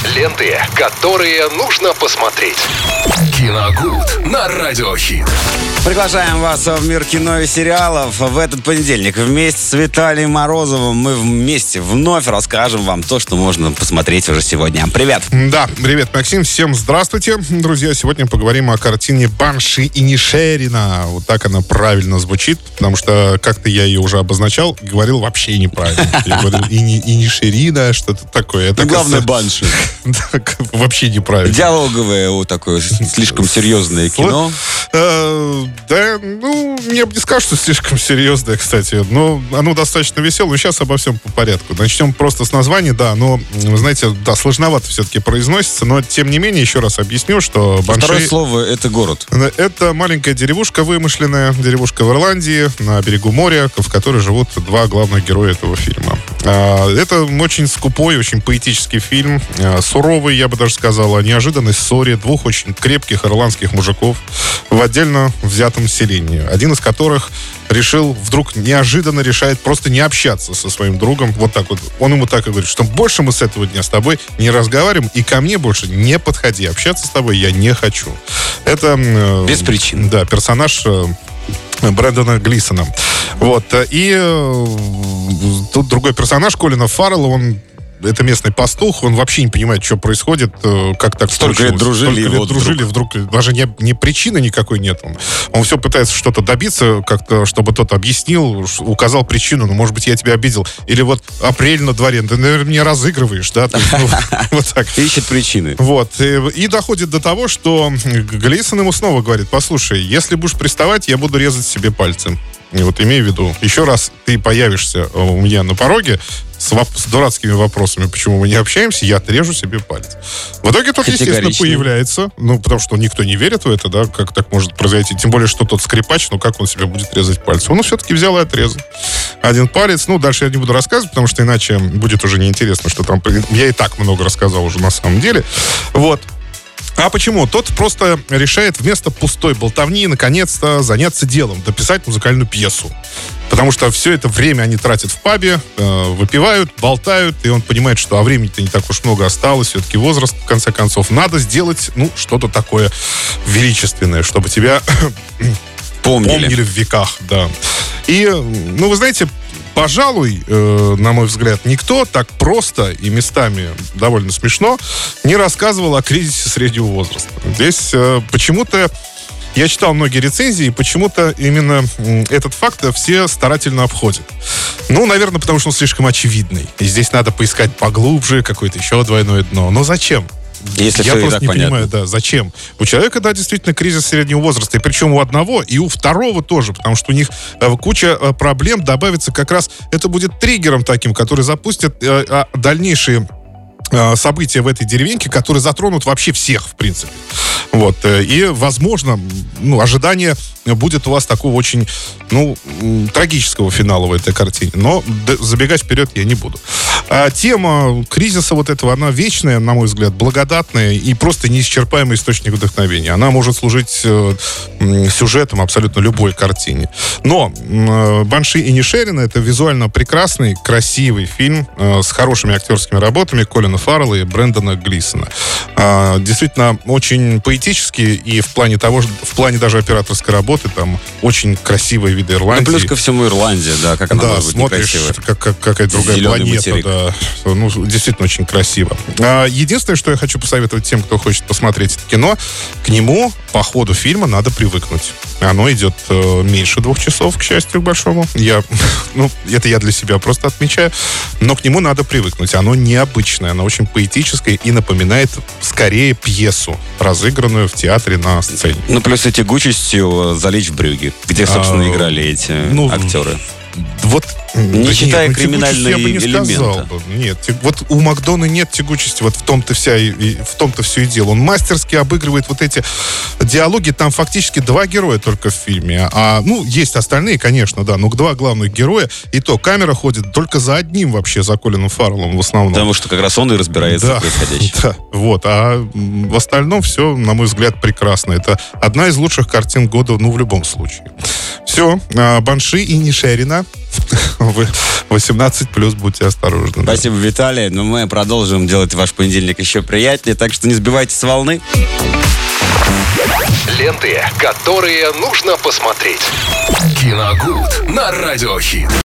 Ленты, которые нужно посмотреть. Киногуд на Радиохит. Приглашаем вас в мир кино и сериалов. В этот понедельник вместе с Виталием Морозовым мы вместе вновь расскажем вам то, что можно посмотреть уже сегодня. Привет! Да, привет, Максим. Всем здравствуйте. Друзья, сегодня поговорим о картине «Банши Инишерина». Вот так она правильно звучит, потому что как-то я ее уже обозначал, говорил вообще неправильно. Я говорил Инишерина, что-то такое. Это главное, Банши. Вообще неправильно. Диалоговое вот такое слишком серьезное кино. Да, я бы не сказал, что слишком серьезное, кстати. Но оно достаточно веселое. Но сейчас обо всем по порядку. Начнем просто с названия. Да, но, вы знаете, да, сложновато все-таки произносится. Но, тем не менее, еще раз объясню, что Банши... Второе слово — это город. Это маленькая деревушка вымышленная. Деревушка в Ирландии, на берегу моря, в которой живут два главных героя этого фильма. Это очень скупой, очень поэтический фильм. Суровый, я бы даже сказал, о неожиданной ссоре двух очень крепких ирландских мужиков в отдельно взятом селении. Один из которых вдруг неожиданно решает просто не общаться со своим другом. Вот так вот. Он ему так и говорит, что больше мы с этого дня с тобой не разговариваем, и ко мне больше не подходи. Общаться с тобой я не хочу. Это... Без причин. Да, персонаж... Брэндона Глисона. Вот. И тут другой персонаж, Колина Фаррелла, это местный пастух, он вообще не понимает, что происходит, как так Столько лет дружили, вдруг даже не причины никакой нет. Он все пытается что-то добиться, как-то, чтобы тот объяснил, указал причину, может быть, я тебя обидел. Или вот апрель на дворе, ты, наверное, меня разыгрываешь, да? Вот так. Ищет причины. Вот. И доходит до того, что Глисон ему снова говорит: послушай, если будешь приставать, я буду резать себе пальцы. И вот имей в виду, еще раз ты появишься у меня на пороге с дурацкими вопросами, почему мы не общаемся, я отрежу себе палец. В итоге тот, естественно, появляется, потому что никто не верит в это, да, как так может произойти. Тем более, что тот скрипач, как он себе будет резать пальцы? Он все-таки взял и отрезал один палец. Дальше я не буду рассказывать, потому что иначе будет уже неинтересно, что там... Я и так много рассказал уже на самом деле. Вот. А почему? Тот просто решает вместо пустой болтовни наконец-то заняться делом, дописать музыкальную пьесу. Потому что все это время они тратят в пабе, выпивают, болтают, и он понимает, что времени-то не так уж много осталось, все-таки возраст, в конце концов. Надо сделать, что-то такое величественное, чтобы тебя помнили в веках, да. И, вы знаете, пожалуй, на мой взгляд, никто так просто и местами довольно смешно не рассказывал о кризисе среднего возраста. Здесь почему-то я читал многие рецензии, и почему-то именно этот факт все старательно обходят. Наверное, потому что он слишком очевидный. И здесь надо поискать поглубже, какое-то еще двойное дно. Но зачем? Если я просто не понимаю, зачем. У человека, действительно, кризис среднего возраста. И причем у одного, и у второго тоже. Потому что у них куча проблем добавится как раз... Это будет триггером таким, который запустит дальнейшие события в этой деревеньке, которые затронут вообще всех, в принципе. Вот. И, возможно, ожидание будет у вас такого очень, трагического финала в этой картине. Но забегать вперед я не буду. Тема кризиса вот этого, она вечная, на мой взгляд, благодатная и просто неисчерпаемый источник вдохновения. Она может служить сюжетом абсолютно любой картине. Но «Банши Инишерина» — это визуально прекрасный, красивый фильм с хорошими актерскими работами Колина Фаррелла и Брэндона Глисона. Действительно, очень поэтический и в плане даже операторской работы, там очень красивые виды Ирландии. Плюс ко всему Ирландия, да, как она может быть некрасивая. Смотришь, как какая-то другая планета, материк. Да. Действительно очень красиво. Единственное, что я хочу посоветовать тем, кто хочет посмотреть это кино, к нему по ходу фильма надо привыкнуть. Оно идет меньше 2 часов, к счастью, к большому. Это я для себя просто отмечаю. Но к нему надо привыкнуть. Оно необычное, оно очень поэтическое и напоминает скорее пьесу, разыгранную в театре на сцене. Плюс и тягучестью «Залечь в Брюгге», где, собственно, играли эти актеры. Вот, не считая криминальные элементы. Нет, вот у Макдона нет тягучести, вот в том-то все и дело. Он мастерски обыгрывает вот эти диалоги, там фактически 2 героя только в фильме. Есть остальные, конечно, да, но 2 главных героя, и то камера ходит только за одним вообще, за Колином Фарреллом в основном. Потому что как раз он и разбирается в происходящем. Да, вот, а в остальном все, на мой взгляд, прекрасно. Это одна из лучших картин года, в любом случае. Все, Банши и Нишерина. 18+, будьте осторожны. Спасибо, Виталий. Но мы продолжим делать ваш понедельник еще приятнее, так что не сбивайтесь с волны. Ленты, которые нужно посмотреть. Киногуд на Радиохит.